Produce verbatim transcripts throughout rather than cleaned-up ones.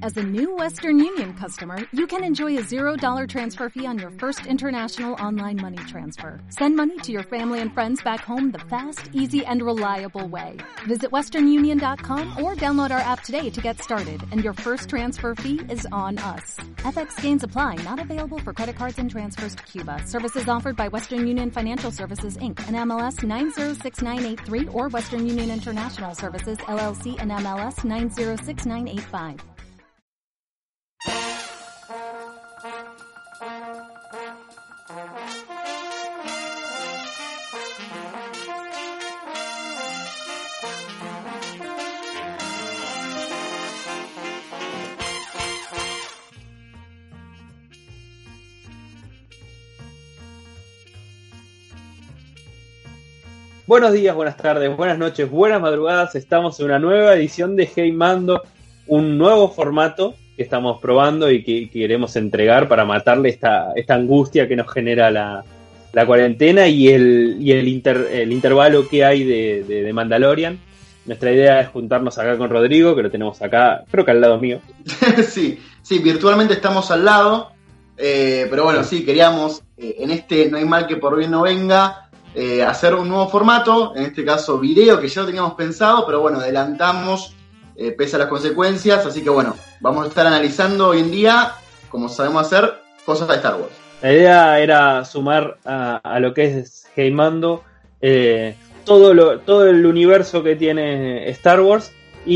As a new Western Union customer, you can enjoy a zero dollars transfer fee on your first international online money transfer. Send money to your family and friends back home the fast, easy, and reliable way. Visit western union dot com or download our app today to get started, and your first transfer fee is on us. F X gains apply, not available for credit cards and transfers to Cuba. Services offered by Western Union Financial Services, Incorporated, and M L S nine zero six nine eight three or Western Union International Services, L L C, and M L S nine zero six nine eight five. Buenos días, buenas tardes, buenas noches, buenas madrugadas. Estamos en una nueva edición de Hey Mando, un nuevo formato que estamos probando y que, que queremos entregar para matarle esta, esta angustia que nos genera la, la cuarentena y el, y el, inter, el intervalo que hay de, de, de Mandalorian. Nuestra idea es juntarnos acá con Rodrigo, que lo tenemos acá, creo que al lado mío. sí, sí, virtualmente estamos al lado, eh, pero bueno, sí, queríamos eh, en este No hay mal que por bien no venga, Eh, hacer un nuevo formato, en este caso video, que ya lo teníamos pensado, pero bueno, adelantamos eh, pese a las consecuencias, así que bueno, vamos a estar analizando hoy en día, como sabemos hacer, cosas de Star Wars. La idea era sumar a, a lo que es Hey Mando eh, todo, lo, todo el universo que tiene Star Wars,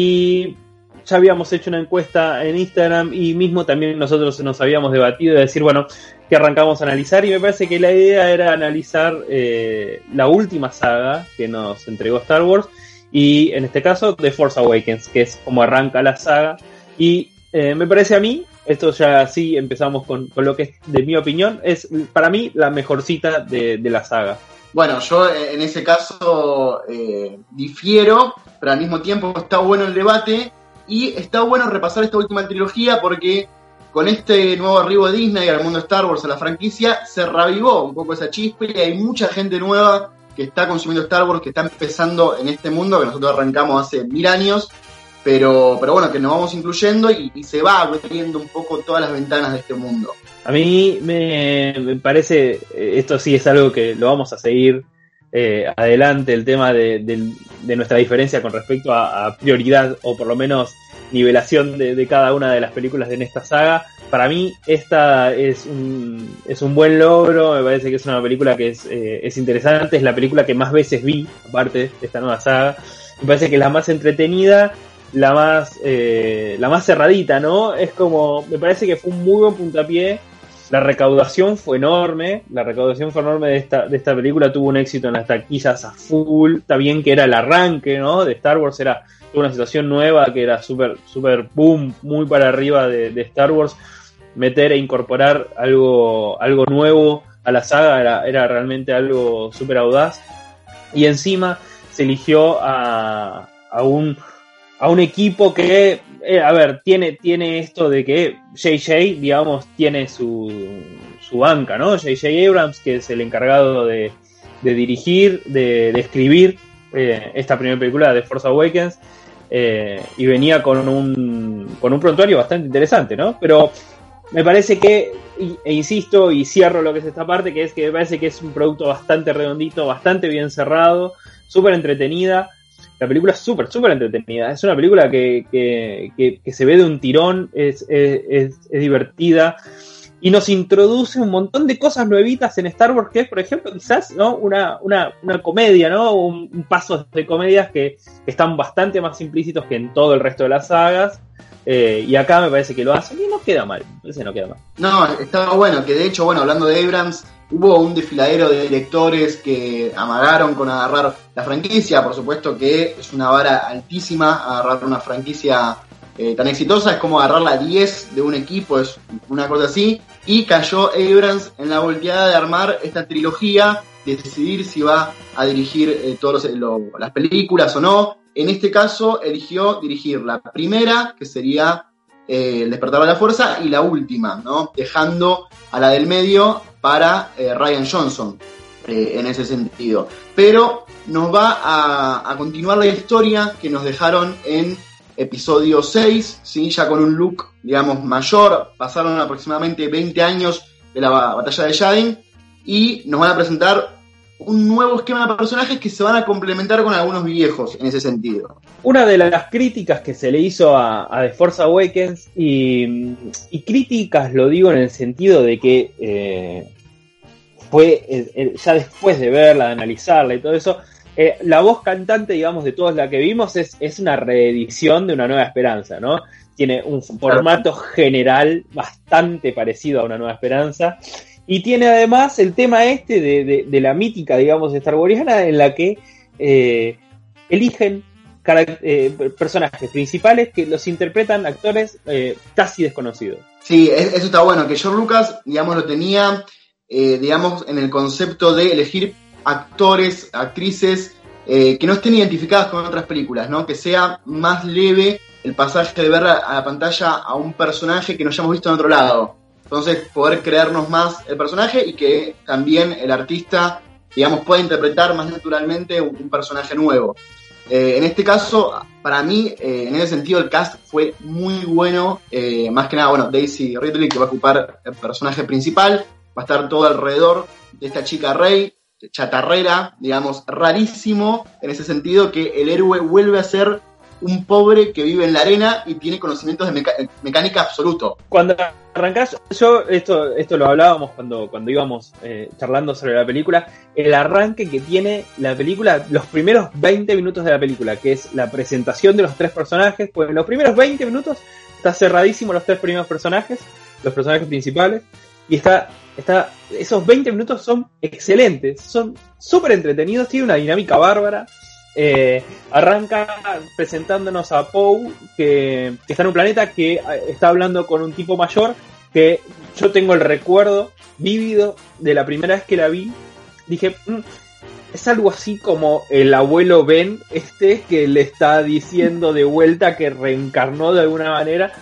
y ya habíamos hecho una encuesta en Instagram y mismo también nosotros nos habíamos debatido de decir, bueno, que arrancamos a analizar, y me parece que la idea era analizar eh, la última saga que nos entregó Star Wars, y en este caso The Force Awakens, que es como arranca la saga, y eh, me parece a mí, esto ya sí empezamos con, con lo que es de mi opinión, es para mí la mejorcita de, de la saga. Bueno, yo en ese caso eh, difiero, pero al mismo tiempo está bueno el debate, y está bueno repasar esta última trilogía porque con este nuevo arribo de Disney al mundo de Star Wars, a la franquicia, se revivó un poco esa chispa y hay mucha gente nueva que está consumiendo Star Wars, que está empezando en este mundo, que nosotros arrancamos hace mil años, pero, pero bueno, que nos vamos incluyendo y, y se va abriendo un poco todas las ventanas de este mundo. A mí me, me parece, esto sí es algo que lo vamos a seguir eh, adelante, el tema de, de, de nuestra diferencia con respecto a, a prioridad, o por lo menos nivelación de, de cada una de las películas de esta saga. Para mí esta es un, es un buen logro, me parece que es una película que es, eh, es interesante, es la película que más veces vi, aparte de esta nueva saga. Me parece que es la más entretenida, la más eh, la más cerradita, ¿no? Es como, me parece que fue un muy buen puntapié. La recaudación fue enorme, la recaudación fue enorme de esta, de esta película, tuvo un éxito en las taquillas a full, está bien que era el arranque, ¿no? De Star Wars, era una situación nueva que era súper, súper boom, muy para arriba de, de Star Wars. Meter e incorporar algo, algo nuevo a la saga era, era realmente algo súper audaz, y encima se eligió a, a un a un equipo que, eh, a ver, tiene, tiene esto de que J J, digamos, tiene su, su banca, ¿no? J J Abrams, que es el encargado de, de dirigir, de, de escribir eh, esta primera película de Force Awakens, eh, y venía con un, con un prontuario bastante interesante, ¿no? Pero me parece que, e insisto y cierro lo que es esta parte, que es que me parece que es un producto bastante redondito, bastante bien cerrado, súper entretenida. La película es súper, súper entretenida. Es una película que, que, que, que se ve de un tirón, es, es, es, es divertida y nos introduce un montón de cosas nuevitas en Star Wars, que es, por ejemplo, quizás, ¿no? una, una, una comedia, ¿no? Un, un paso de comedias que, que están bastante más implícitos que en todo el resto de las sagas. Eh, y acá me parece que lo hacen y no queda mal. Me parece que no queda mal. No, estaba bueno, que de hecho, bueno, hablando de Abrams, hubo un desfiladero de directores que amagaron con agarrar la franquicia. Por supuesto que es una vara altísima agarrar una franquicia eh, tan exitosa, es como agarrar la diez de un equipo, es una cosa así. Y cayó Abrams en la volteada de armar esta trilogía, de decidir si va a dirigir eh, todas las películas o no. En este caso eligió dirigir la primera, que sería eh, El despertar de la fuerza, y la última, ¿no? Dejando a la del medio para eh, Rian Johnson, eh, en ese sentido. Pero nos va a, a continuar la historia que nos dejaron en episodio seis, ¿sí? Ya con un look, digamos, mayor. Pasaron aproximadamente veinte años de la batalla de Yadin y nos van a presentar un nuevo esquema de personajes que se van a complementar con algunos viejos en ese sentido. Una de las críticas que se le hizo a, a The Force Awakens, y, y críticas lo digo en el sentido de que eh, fue eh, ya después de verla, de analizarla y todo eso, eh, la voz cantante, digamos, de todos la que vimos es, es una reedición de Una Nueva Esperanza, ¿no? Tiene un formato general bastante parecido a Una Nueva Esperanza. Y tiene además el tema este de, de, de la mítica, digamos, Star Warsiana, en la que eh, eligen caract- eh, personajes principales que los interpretan actores eh, casi desconocidos. Sí, eso está bueno, que George Lucas, digamos, lo tenía, eh, digamos, en el concepto de elegir actores, actrices, eh, que no estén identificadas con otras películas, ¿no? Que sea más leve el pasaje de ver a, a la pantalla a un personaje que no hayamos visto en otro lado. Entonces, poder creernos más el personaje y que también el artista, digamos, pueda interpretar más naturalmente un, un personaje nuevo. Eh, en este caso, para mí, eh, en ese sentido, el cast fue muy bueno. Eh, más que nada, bueno, Daisy Ridley, que va a ocupar el personaje principal, va a estar todo alrededor de esta chica Rey, chatarrera, digamos, rarísimo, en ese sentido, que el héroe vuelve a ser un pobre que vive en la arena y tiene conocimientos de meca- mecánica absoluto. Cuando arrancás, yo esto esto lo hablábamos cuando, cuando íbamos eh, charlando sobre la película, el arranque que tiene la película, los primeros veinte minutos de la película, que es la presentación de los tres personajes, pues en los primeros veinte minutos está cerradísimo los tres primeros personajes, los personajes principales, y está, está esos veinte minutos son excelentes, son súper entretenidos, tiene una dinámica bárbara. Eh, arranca presentándonos a Poe, que, que está en un planeta que está hablando con un tipo mayor, que yo tengo el recuerdo vívido de la primera vez que la vi. Dije, mmm, es algo así como el abuelo Ben este, que le está diciendo de vuelta que reencarnó de alguna manera.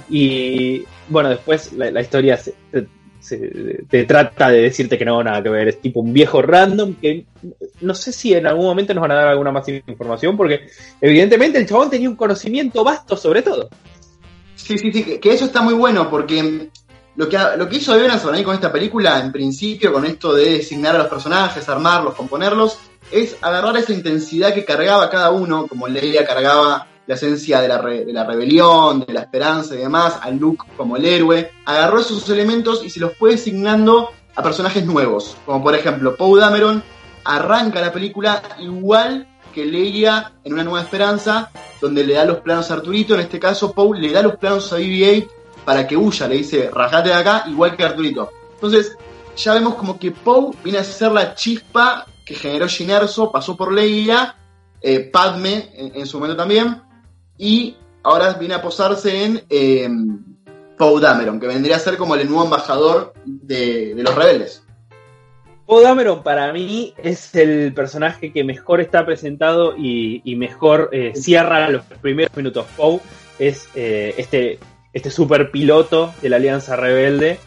Y bueno, después la, la historia se, se, te trata de decirte que no, nada que ver, es tipo un viejo random que no sé si en algún momento nos van a dar alguna más información, porque evidentemente el chabón tenía un conocimiento vasto sobre todo. Sí, sí, sí, que, que eso está muy bueno, porque lo que, lo que hizo Abrams para mí con esta película, en principio, con esto de designar a los personajes, armarlos, componerlos, es agarrar esa intensidad que cargaba cada uno, como Leia cargaba la esencia de la, re, de la rebelión, de la esperanza y demás, a Luke como el héroe, agarró esos elementos y se los fue designando a personajes nuevos, como por ejemplo Poe Dameron arranca la película igual que Leia en Una Nueva Esperanza, donde le da los planos a Arturito. En este caso Poe le da los planos a B B ocho para que huya, le dice rajate de acá, igual que Arturito. Entonces ya vemos como que Poe viene a ser la chispa que generó Jyn Erso, pasó por Leia, eh, Padme en, en su momento también, y ahora viene a posarse en eh, Poe Dameron, que vendría a ser como el nuevo embajador de, de los rebeldes. Poe Dameron para mí es el personaje que mejor está presentado y, y mejor eh, cierra los primeros minutos. Poe es eh, este, este super piloto de la Alianza Rebelde,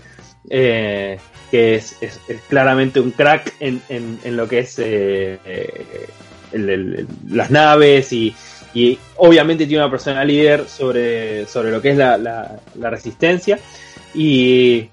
eh, que es, es, es claramente un crack en, en, en lo que es eh, eh, el, el, las naves y Y obviamente tiene una persona líder sobre, sobre lo que es la, la, la resistencia. Y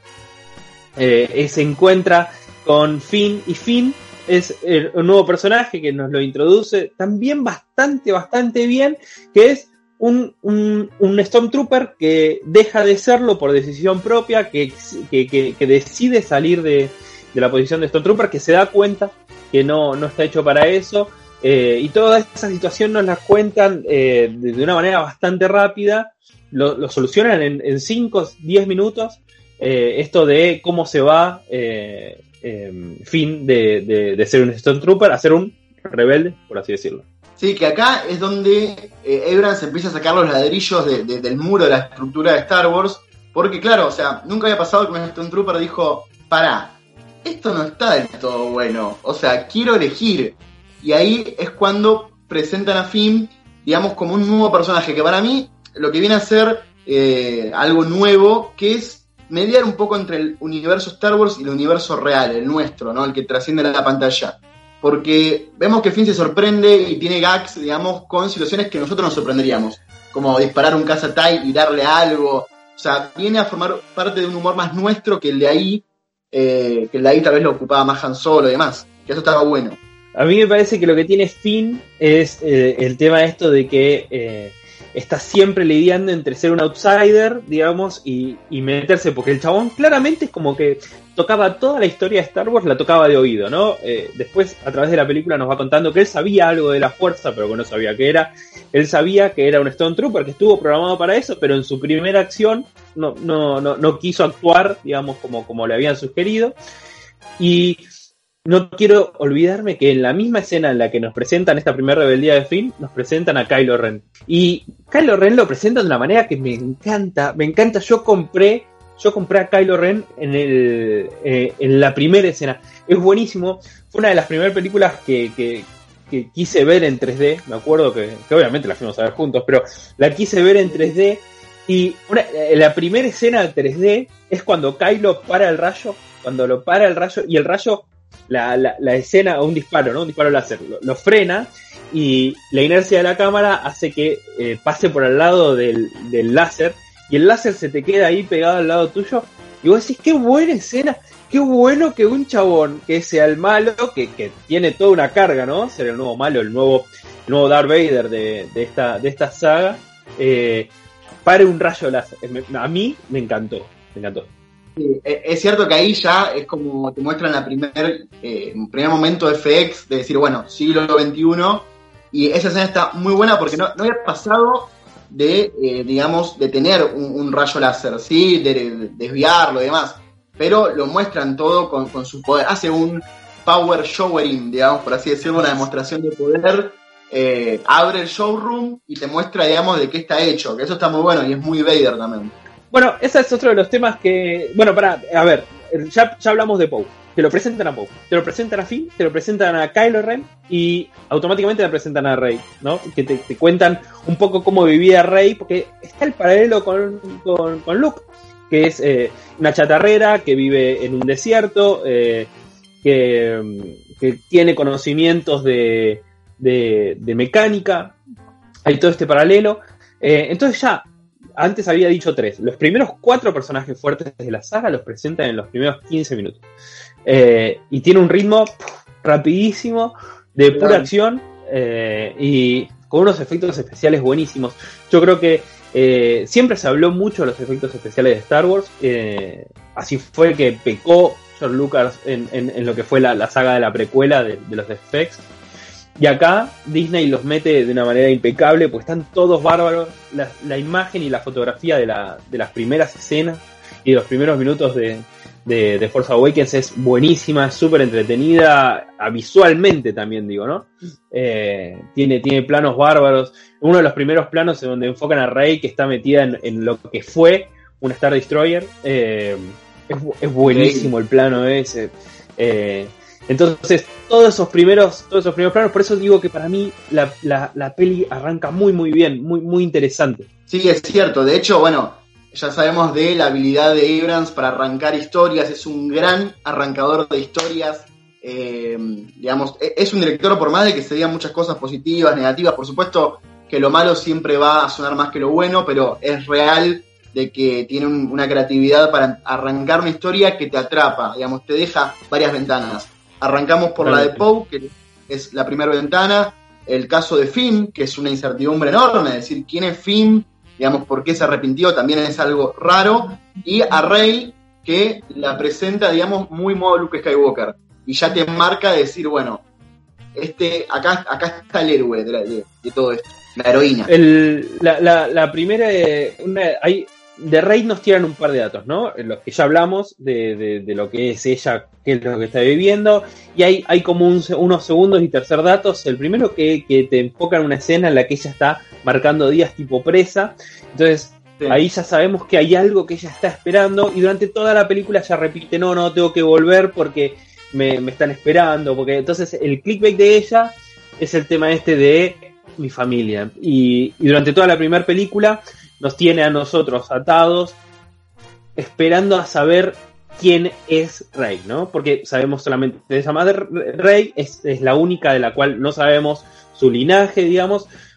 eh, se encuentra con Finn. Y Finn es el, un nuevo personaje que nos lo introduce también bastante, bastante bien. Que es un, un, un Stormtrooper que deja de serlo por decisión propia. Que, que, que, que decide salir de, de la posición de Stormtrooper. Que se da cuenta que no, no está hecho para eso. Eh, y toda esa situación nos la cuentan eh, de, de una manera bastante rápida, lo, lo solucionan en cinco a diez minutos, eh, esto de cómo se va eh, eh, Finn de, de, de ser un Stormtrooper a ser un rebelde, por así decirlo. Sí, que acá es donde eh, Abrams empieza a sacar los ladrillos de, de, del muro de la estructura de Star Wars, porque claro, o sea, nunca había pasado que un Stormtrooper dijo, pará, esto no está del todo bueno, o sea, quiero elegir. Y ahí es cuando presentan a Finn, digamos, como un nuevo personaje, que para mí lo que viene a ser eh, algo nuevo, que es mediar un poco entre el universo Star Wars y el universo real, el nuestro, ¿no? El que trasciende la pantalla. Porque vemos que Finn se sorprende y tiene gags, digamos, con situaciones que nosotros nos sorprenderíamos. como disparar un cazatai y darle algo. O sea, viene a formar parte de un humor más nuestro que el de ahí, eh, que el de ahí tal vez lo ocupaba más Han Solo y demás, que eso estaba bueno. A mí me parece que lo que tiene Finn es eh, el tema esto de que eh, está siempre lidiando entre ser un outsider, digamos, y, y meterse, porque el chabón claramente es como que tocaba toda la historia de Star Wars, la tocaba de oído, ¿no? Eh, después, a través de la película nos va contando que él sabía algo de la fuerza, pero que no sabía qué era. Él sabía que era un Stone Trooper, que estuvo programado para eso, pero en su primera acción no, no, no, no quiso actuar, digamos, como, como le habían sugerido. Y no quiero olvidarme que en la misma escena en la que nos presentan esta primera rebeldía de Finn, nos presentan a Kylo Ren. Y Kylo Ren lo presenta de una manera que me encanta, me encanta. Yo compré, yo compré a Kylo Ren en el eh, en la primera escena. Es buenísimo. Fue una de las primeras películas que, que, que quise ver en tres D. Me acuerdo que, que obviamente la fuimos a ver juntos, pero la quise ver en tres D. Y una, la primera escena de tres D es cuando Kylo para el rayo, cuando lo para el rayo, y el rayo, la, la, la escena, o un disparo, ¿no? Un disparo láser, lo, lo frena, y la inercia de la cámara hace que eh, pase por al lado del, del láser, y el láser se te queda ahí pegado al lado tuyo, y vos decís, qué buena escena, qué bueno que un chabón que sea el malo, que, que tiene toda una carga, ¿no? Ser el nuevo malo, el nuevo, el nuevo Darth Vader de, de, esta, de esta saga, eh, pare un rayo láser. A mí me encantó, me encantó. Sí, es cierto que ahí ya es como te muestran la primer, eh, primer momento de F X de decir, bueno, siglo veintiuno, y esa escena está muy buena porque no, no había pasado de, eh, digamos, de tener un, un rayo láser, ¿sí? De, de desviarlo y demás, pero lo muestran todo con, con su poder, hace un power showering, digamos, por así decirlo, una demostración de poder, eh, abre el showroom y te muestra, digamos, de qué está hecho, que eso está muy bueno y es muy Vader también. Bueno, ese es otro de los temas que... Bueno, para, a ver, ya, ya hablamos de Poe. Te lo presentan a Poe, te lo presentan a Finn, te lo presentan a Kylo Ren y automáticamente te presentan a Rey, ¿no? Que te, te cuentan un poco cómo vivía Rey, porque está el paralelo con, con, con Luke, que es eh, una chatarrera que vive en un desierto, eh, que, que tiene conocimientos de, de, de mecánica, hay todo este paralelo. Eh, entonces ya... Antes había dicho tres. Los primeros cuatro personajes fuertes de la saga los presentan en los primeros quince minutos. Eh, y tiene un ritmo pff, rapidísimo, de pura claro. acción, eh, y con unos efectos especiales buenísimos. Yo creo que eh, siempre se habló mucho de los efectos especiales de Star Wars. Eh, así fue que pecó George Lucas en, en, en lo que fue la, la saga de la precuela de, de los effects. Y acá Disney los mete de una manera impecable, pues están todos bárbaros. La, la imagen y la fotografía de, la, de las primeras escenas y de los primeros minutos de, de, de Force Awakens es buenísima, es súper entretenida, visualmente también digo, ¿no? Eh, tiene, tiene planos bárbaros. Uno de los primeros planos en donde enfocan a Rey, que está metida en, en lo que fue un Star Destroyer. Eh, es, es buenísimo el plano ese. Eh, Entonces, todos esos primeros, todos esos primeros planos, por eso digo que para mí la, la, la peli arranca muy muy bien, muy, muy interesante. Sí, es cierto. De hecho, bueno, ya sabemos de la habilidad de Abrams para arrancar historias, es un gran arrancador de historias. Eh, digamos, es un director, por más de que se digan muchas cosas positivas, negativas, por supuesto que lo malo siempre va a sonar más que lo bueno, pero es real de que tiene un, una creatividad para arrancar una historia que te atrapa, digamos, te deja varias ventanas. Arrancamos por la de Poe, que es la primera ventana, el caso de Finn, que es una incertidumbre enorme, es decir, quién es Finn, digamos, por qué se arrepintió, también es algo raro, y a Rey, que la presenta, digamos, muy modo Luke Skywalker, y ya te marca de decir, bueno, este acá, acá está el héroe de, de, de todo esto, la heroína. El, la, la, la primera, una, hay... De Rey nos tiran un par de datos, ¿no? Los que ya hablamos de, de, de lo que es ella, qué es lo que está viviendo, y hay, hay como un, unos segundos y tercer datos. El primero que, que te enfoca en una escena en la que ella está marcando días tipo presa, entonces sí. Ahí ya sabemos que hay algo que ella está esperando, y durante toda la película ella repite, no, no, tengo que volver porque me, me están esperando, porque entonces el clickbait de ella es el tema este de mi familia, y, y durante toda la primera película nos tiene a nosotros atados esperando a saber quién es Rey, ¿no? Porque sabemos solamente de esa madre Rey, es, es la única de la cual no sabemos su linaje, digamos,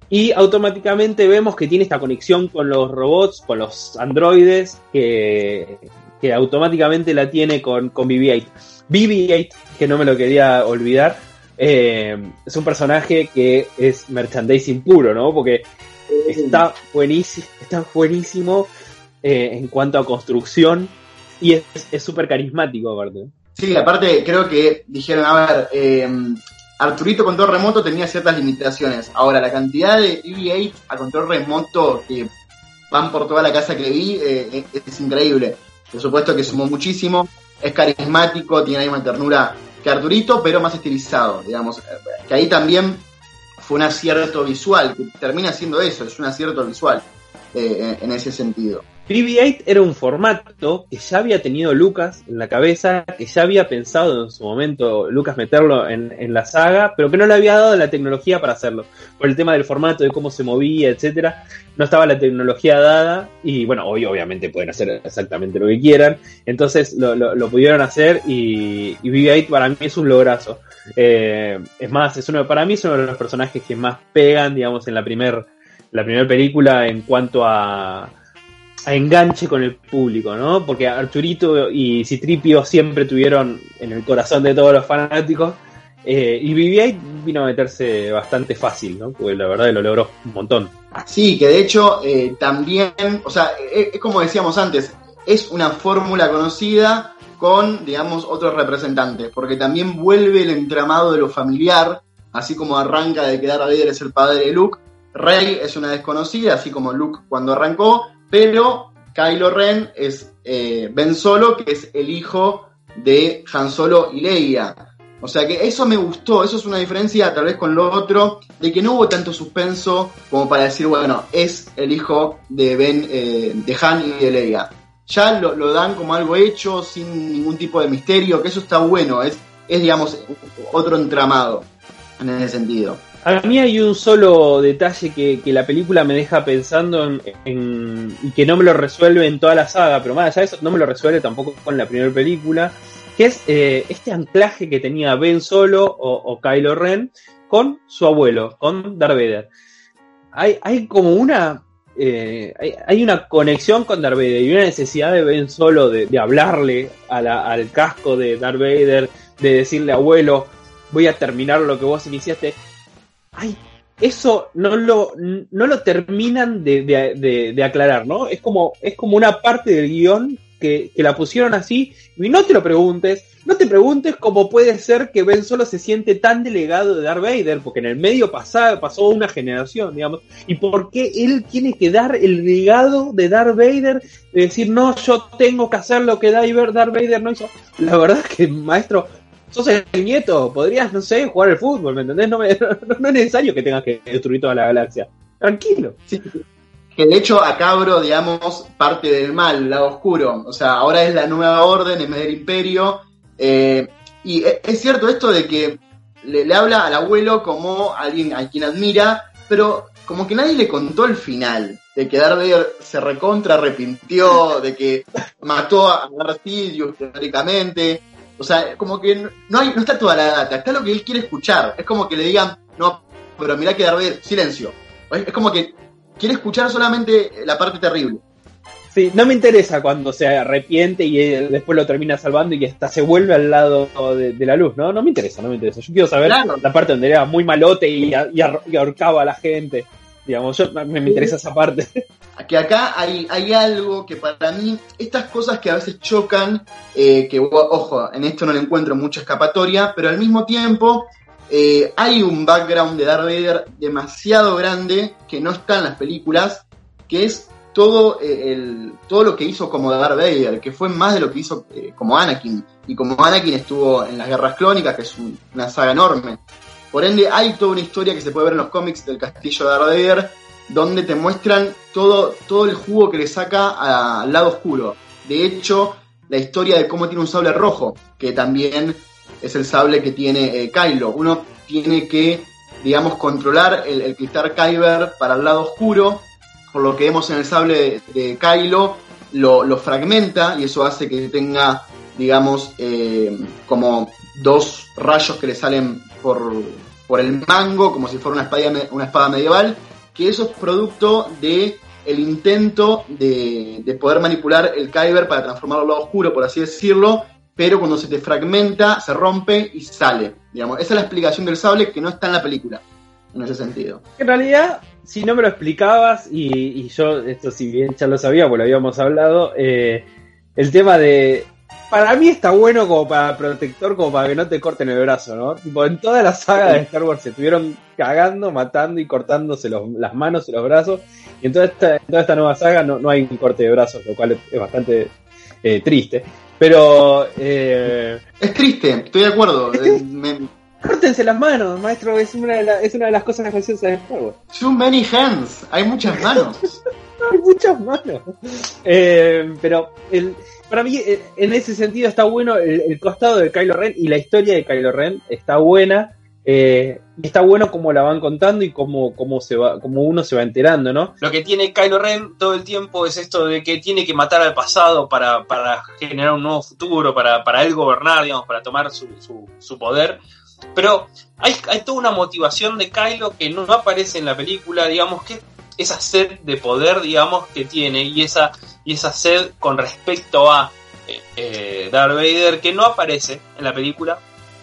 y automáticamente vemos que tiene esta conexión con los robots, con los androides, que, que automáticamente la tiene con, con B B ocho. B B ocho, que no me lo quería olvidar, eh, es un personaje que es merchandising puro, ¿no? Porque está buenísimo, está buenísimo eh, en cuanto a construcción y es súper carismático aparte. Sí, aparte creo que dijeron, a ver, eh, Arturito control remoto tenía ciertas limitaciones. Ahora, la cantidad de B B ocho a control remoto que van por toda la casa que vi eh, es, es increíble. Por supuesto que sumó muchísimo, es carismático, tiene la misma ternura que Arturito, pero más estilizado, digamos. Que ahí también fue un acierto visual, que termina siendo eso, es un acierto visual eh, en ese sentido. B B ocho era un formato que ya había tenido Lucas en la cabeza, que ya había pensado en su momento Lucas meterlo en, en la saga, pero que no le había dado la tecnología para hacerlo. Por el tema del formato, de cómo se movía, etcétera, no estaba la tecnología dada, y bueno, hoy obviamente pueden hacer exactamente lo que quieran, entonces lo, lo, lo pudieron hacer, y, y B B ocho para mí es un lograzo. Eh, es más, es uno, para mí es uno de los personajes que más pegan, digamos, en la primer, la primera película en cuanto a a enganche con el público, ¿no? Porque Arturito y Citripio siempre tuvieron en el corazón de todos los fanáticos, eh, y B B ocho vino a meterse bastante fácil, ¿no? Porque la verdad lo logró un montón. Sí, que de hecho eh, también, o sea, es, es como decíamos antes, es una fórmula conocida con, digamos, otros representantes, porque también vuelve el entramado de lo familiar, así como arranca de que Darth Vader es el padre de Luke. Rey es una desconocida, así como Luke cuando arrancó, pero Kylo Ren es eh, Ben Solo, que es el hijo de Han Solo y Leia. O sea que eso me gustó, eso es una diferencia tal vez con lo otro, de que no hubo tanto suspenso como para decir, bueno, es el hijo de Ben, eh, de Han y de Leia. Ya lo, lo dan como algo hecho, sin ningún tipo de misterio, que eso está bueno, es, es digamos, otro entramado en ese sentido. A mí hay un solo detalle que, que la película me deja pensando en, en, y que no me lo resuelve en toda la saga, pero más allá de eso no me lo resuelve tampoco con la primera película, que es eh, este anclaje que tenía Ben Solo o, o Kylo Ren con su abuelo, con Darth Vader. Hay, hay como una eh, hay, hay una conexión con Darth Vader y una necesidad de Ben Solo de, de hablarle a la, al casco de Darth Vader, de decirle, abuelo, voy a terminar lo que vos iniciaste. Ay, eso no lo, no lo terminan de, de, de, de aclarar, ¿no? Es como, es como una parte del guión que, que la pusieron así, y no te lo preguntes, no te preguntes cómo puede ser que Ben Solo se siente tan delegado de Darth Vader, porque en el medio pasado, pasó una generación, digamos, y por qué él tiene que dar el legado de Darth Vader, de decir, no, yo tengo que hacer lo que Darth Vader no hizo. La verdad es que, maestro, sos el nieto, podrías, no sé, jugar al fútbol, ¿me entendés? No, me, no, no es necesario que tengas que destruir toda la galaxia. Tranquilo. Sí. Que de hecho a Cabro, digamos, parte del mal, el lado oscuro. O sea, ahora es la nueva orden en vez del imperio. Eh, y es, es cierto esto de que le, le habla al abuelo como alguien a quien admira, pero como que nadie le contó el final. De que Darth Vader se recontra arrepintió, de que mató a Darth Sidious teóricamente. O sea, como que no hay, no está toda la data, está lo que él quiere escuchar. Es como que le digan, no, pero mirá que Darth Vader, silencio. Es como que quiere escuchar solamente la parte terrible. Sí, no me interesa cuando se arrepiente y él después lo termina salvando y hasta se vuelve al lado de, de la luz, ¿no? No me interesa, no me interesa. Yo quiero saber claro. La parte donde era muy malote y, y, y ahorcaba a la gente. Digamos, yo, me, me interesa esa parte. Que acá hay, hay algo que para mí, estas cosas que a veces chocan, eh, que ojo, en esto no le encuentro mucha escapatoria, pero al mismo tiempo eh, hay un background de Darth Vader demasiado grande que no está en las películas, que es todo, eh, el, todo lo que hizo como Darth Vader, que fue más de lo que hizo eh, como Anakin, y como Anakin estuvo en las Guerras Clónicas, que es un, una saga enorme. Por ende, hay toda una historia que se puede ver en los cómics del castillo de Darth Vader, donde te muestran todo, todo el jugo que le saca a, al lado oscuro. De hecho, la historia de cómo tiene un sable rojo, que también es el sable que tiene eh, Kylo. Uno tiene que, digamos, controlar el, el cristal Kyber para el lado oscuro, por lo que vemos en el sable de, de Kylo, lo, lo fragmenta, y eso hace que tenga, digamos, eh, como dos rayos que le salen por, por el mango, como si fuera una espada, una espada medieval, que eso es producto de el intento de, de poder manipular el Kyber para transformarlo al lado oscuro, por así decirlo, pero cuando se te fragmenta, se rompe y sale. Digamos, esa es la explicación del sable que no está en la película, en ese sentido. En realidad, si no me lo explicabas, y, y yo, esto si bien ya lo sabía, porque lo habíamos hablado, eh, el tema de... Para mí está bueno como para protector, como para que no te corten el brazo, ¿no? Tipo, en toda la saga de Star Wars se estuvieron cagando, matando y cortándose los, las manos y los brazos. Y en toda esta, en toda esta nueva saga no, no hay un corte de brazos, lo cual es, es bastante eh, triste. Pero... Eh, es triste, estoy de acuerdo. eh, me... Córtense las manos, maestro, es una de, la, es una de las cosas graciosas de Star Wars. Too many hands, hay muchas manos. Hay muchas manos. Eh, pero el... Para mí, en ese sentido, está bueno el, el costado de Kylo Ren y la historia de Kylo Ren está buena. Eh, está bueno cómo la van contando y cómo, cómo, se va, cómo uno se va enterando, ¿no? Lo que tiene Kylo Ren todo el tiempo es esto de que tiene que matar al pasado para, para generar un nuevo futuro, para, para él gobernar, digamos, para tomar su, su, su poder. Pero hay, hay toda una motivación de Kylo que no aparece en la película, digamos, que esa sed de poder, digamos, que tiene y esa... y esa sed con respecto a eh, eh, Darth Vader que no aparece en la película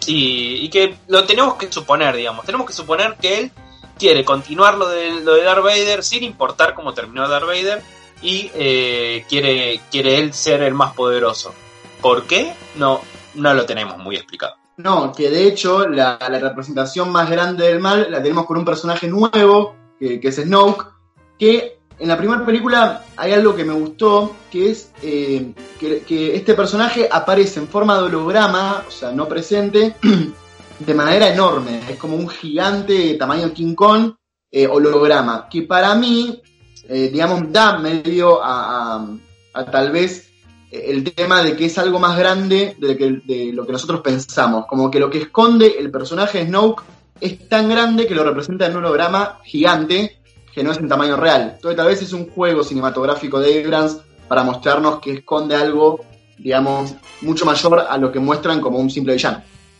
y, y que lo tenemos que suponer, digamos, tenemos que suponer que él quiere continuar lo de, lo de Darth Vader sin importar cómo terminó Darth Vader y eh, quiere, quiere él ser el más poderoso. ¿Por qué? No, no lo tenemos muy explicado. No, que de hecho la, la representación más grande del mal la tenemos con un personaje nuevo, que, que es Snoke, que en la primera película hay algo que me gustó, que es eh, que, que este personaje aparece en forma de holograma, o sea, no presente, de manera enorme. Es como un gigante tamaño King Kong, eh, holograma, que para mí, eh, digamos, da medio a, a, a tal vez el tema de que es algo más grande de, que, de lo que nosotros pensamos. Como que lo que esconde el personaje de Snoke es tan grande que lo representa en un holograma gigante, que no es en tamaño real. Entonces tal vez es un juego cinematográfico de Abrams para mostrarnos que esconde algo, digamos, mucho mayor a lo que muestran como un simple villano.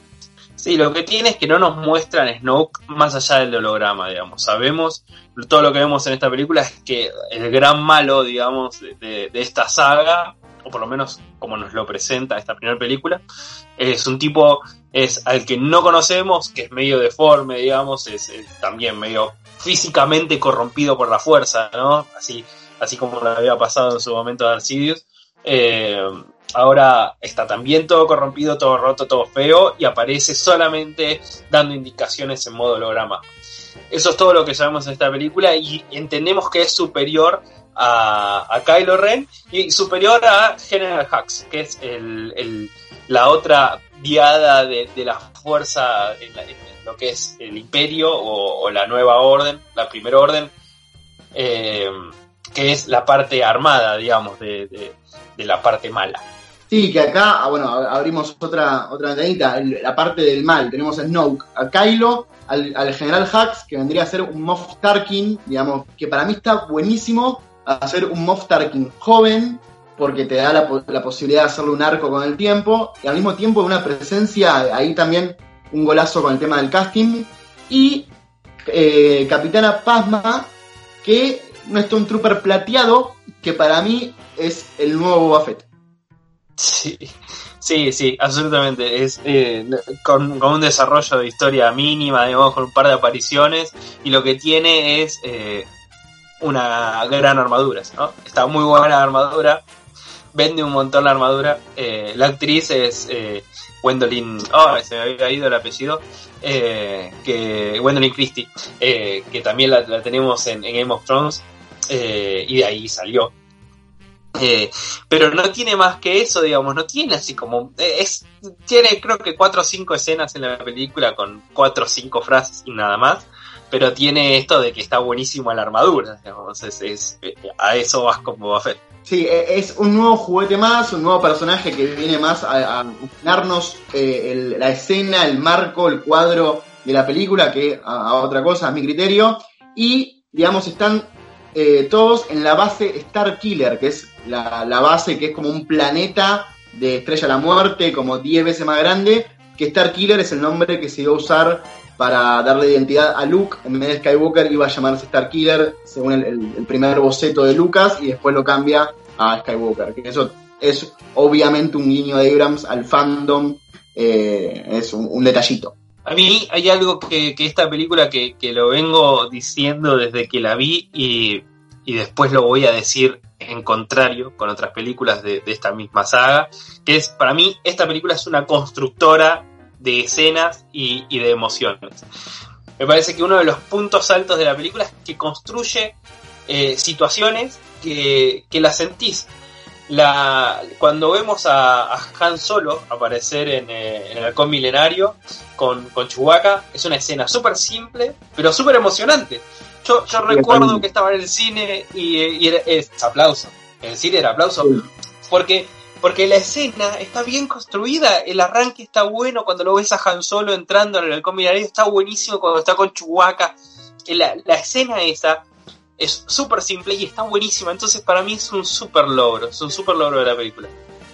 Sí, lo que tiene es que no nos muestran Snoke más allá del holograma, digamos. Sabemos, todo lo que vemos en esta película es que el gran malo, digamos, de, de, de esta saga, o por lo menos como nos lo presenta esta primera película, es un tipo, es al que no conocemos, que es medio deforme, digamos, es, es también medio físicamente corrompido por la fuerza, ¿no? Así, así como le había pasado en su momento a Darth Sidious. Eh, ahora está también todo corrompido, todo roto, todo feo, y aparece solamente dando indicaciones en modo holograma. Eso es todo lo que sabemos en esta película, y entendemos que es superior a, a Kylo Ren y superior a General Hux, que es el, el, la otra diada de, de la fuerza en, la, en lo que es el Imperio o, o la Nueva Orden, la Primera Orden, eh, que es la parte armada, digamos, de, de, de la parte mala. Sí, que acá, bueno, abrimos otra otra ventanita, la parte del mal. Tenemos a Snoke, a Kylo, al, al General Hux, que vendría a ser un Moff Tarkin, digamos, que para mí está buenísimo hacer un Moff Tarkin joven, porque te da la, la posibilidad de hacerle un arco con el tiempo, y al mismo tiempo una presencia, ahí también un golazo con el tema del casting, y eh, Capitana Phasma, que un Stormtrooper plateado, que para mí es el nuevo Boba Fett. Sí, sí, sí, absolutamente. Es eh, con, con un desarrollo de historia mínima, digamos, con un par de apariciones, y lo que tiene es eh, una gran armadura, ¿no? Está muy buena la armadura, vende un montón la armadura. Eh, la actriz es eh, Gwendolyn, oh, se me había ido el apellido, eh, que Gwendolyn Christie, eh, que también la, la tenemos en, en Game of Thrones, eh, y de ahí salió. Eh, pero no tiene más que eso, digamos, no tiene así como eh, es tiene creo que cuatro o cinco escenas en la película con cuatro o cinco frases y nada más, pero tiene esto de que está buenísimo la armadura, digamos, es, es, a eso vas con Boba Fett. Sí, es un nuevo juguete más, un nuevo personaje que viene más a, a darnos eh, el, la escena, el marco, el cuadro de la película que a, a otra cosa, a mi criterio, y digamos están eh, todos en la base Starkiller, que es la, la base que es como un planeta de Estrella de la Muerte, como diez veces más grande, que Starkiller es el nombre que se iba a usar para darle identidad a Luke, en vez de Skywalker iba a llamarse Starkiller, según el, el, el primer boceto de Lucas, y después lo cambia a Skywalker, que eso es obviamente un guiño de Abrams al fandom, eh, es un, un detallito. A mí hay algo que, que esta película que, que lo vengo diciendo desde que la vi y, y después lo voy a decir en contrario con otras películas de, de esta misma saga, que es, para mí, esta película es una constructora de escenas y, y de emociones. Me parece que uno de los puntos altos de la película es que construye eh, situaciones que, que las sentís. La, cuando vemos a, a Han Solo aparecer en, eh, en el halcón milenario con, con Chewbacca, es una escena súper simple, pero súper emocionante. Yo, yo recuerdo que estaba en el cine y, y era, es aplauso. En el cine era aplauso. Porque, porque la escena está bien construida, el arranque está bueno cuando lo ves a Han Solo entrando en el halcón milenario, está buenísimo cuando está con Chewbacca. La, la escena esa es súper simple y está buenísima, entonces para mí es un súper logro, es un súper logro de la película.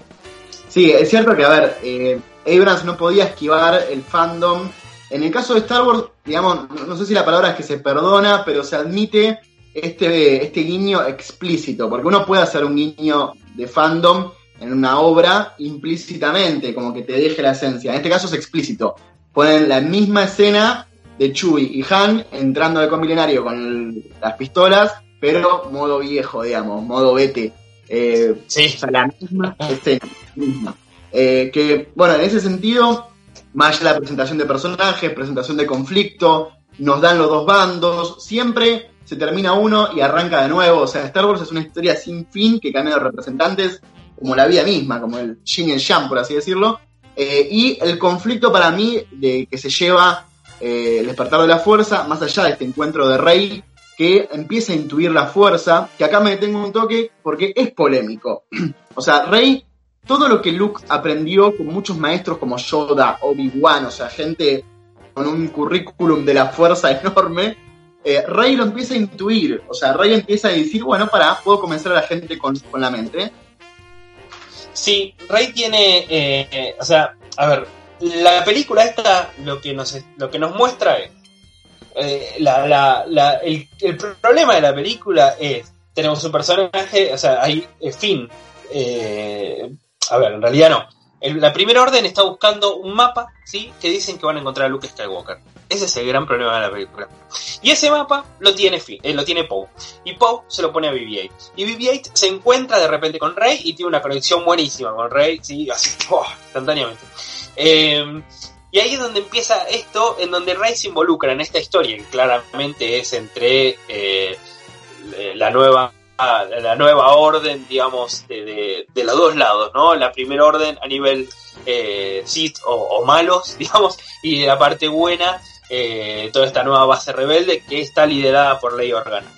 Sí, es cierto que, a ver, eh, Abrams no podía esquivar el fandom. En el caso de Star Wars, digamos, no sé si la palabra es que se perdona, pero se admite este, este guiño explícito, porque uno puede hacer un guiño de fandom en una obra implícitamente, como que te deje la esencia. En este caso es explícito. Ponen la misma escena de Chewie y Han entrando al halcón milenario con el, las pistolas, pero modo viejo, digamos, modo vete. Eh, sí. O sea, la misma escena. Misma. Eh, que, bueno, en ese sentido, más allá de la presentación de personajes, presentación de conflicto, nos dan los dos bandos, siempre se termina uno y arranca de nuevo. O sea, Star Wars es una historia sin fin que cambia de representantes como la vida misma, como el yin y el yang, por así decirlo. Eh, y el conflicto para mí de que se lleva eh, el despertar de la fuerza, más allá de este encuentro de Rey, que empieza a intuir la fuerza, que acá me detengo un toque porque es polémico. O sea, Rey, todo lo que Luke aprendió con muchos maestros como Yoda, Obi-Wan, o sea, gente con un currículum de la fuerza enorme, eh, Rey lo empieza a intuir. O sea, Rey empieza a decir, bueno, pará, puedo convencer a la gente con, con la mente. Sí, Rey tiene, eh, eh, o sea, a ver, la película esta lo que nos, lo que nos muestra es, eh, la, la, la, el, el problema de la película es, tenemos un personaje, o sea, hay eh, Finn, eh, a ver, en realidad no, el, la Primera Orden está buscando un mapa, ¿sí? Que dicen que van a encontrar a Luke Skywalker. Ese es el gran problema de la película. Y ese mapa lo tiene Finn, eh, lo tiene Poe. Y Poe se lo pone a B B ocho. Y B B ocho se encuentra de repente con Rey y tiene una conexión buenísima con Rey, ¿sí? Así, oh, instantáneamente. Eh, y ahí es donde empieza esto, en donde Rey se involucra en esta historia, que claramente es entre eh, la nueva la nueva orden, digamos, de, de, de los dos lados, ¿no? La Primera Orden a nivel eh, Sith o, o malos, digamos, y de la parte buena, eh, toda esta nueva base rebelde que está liderada por Leia Organa.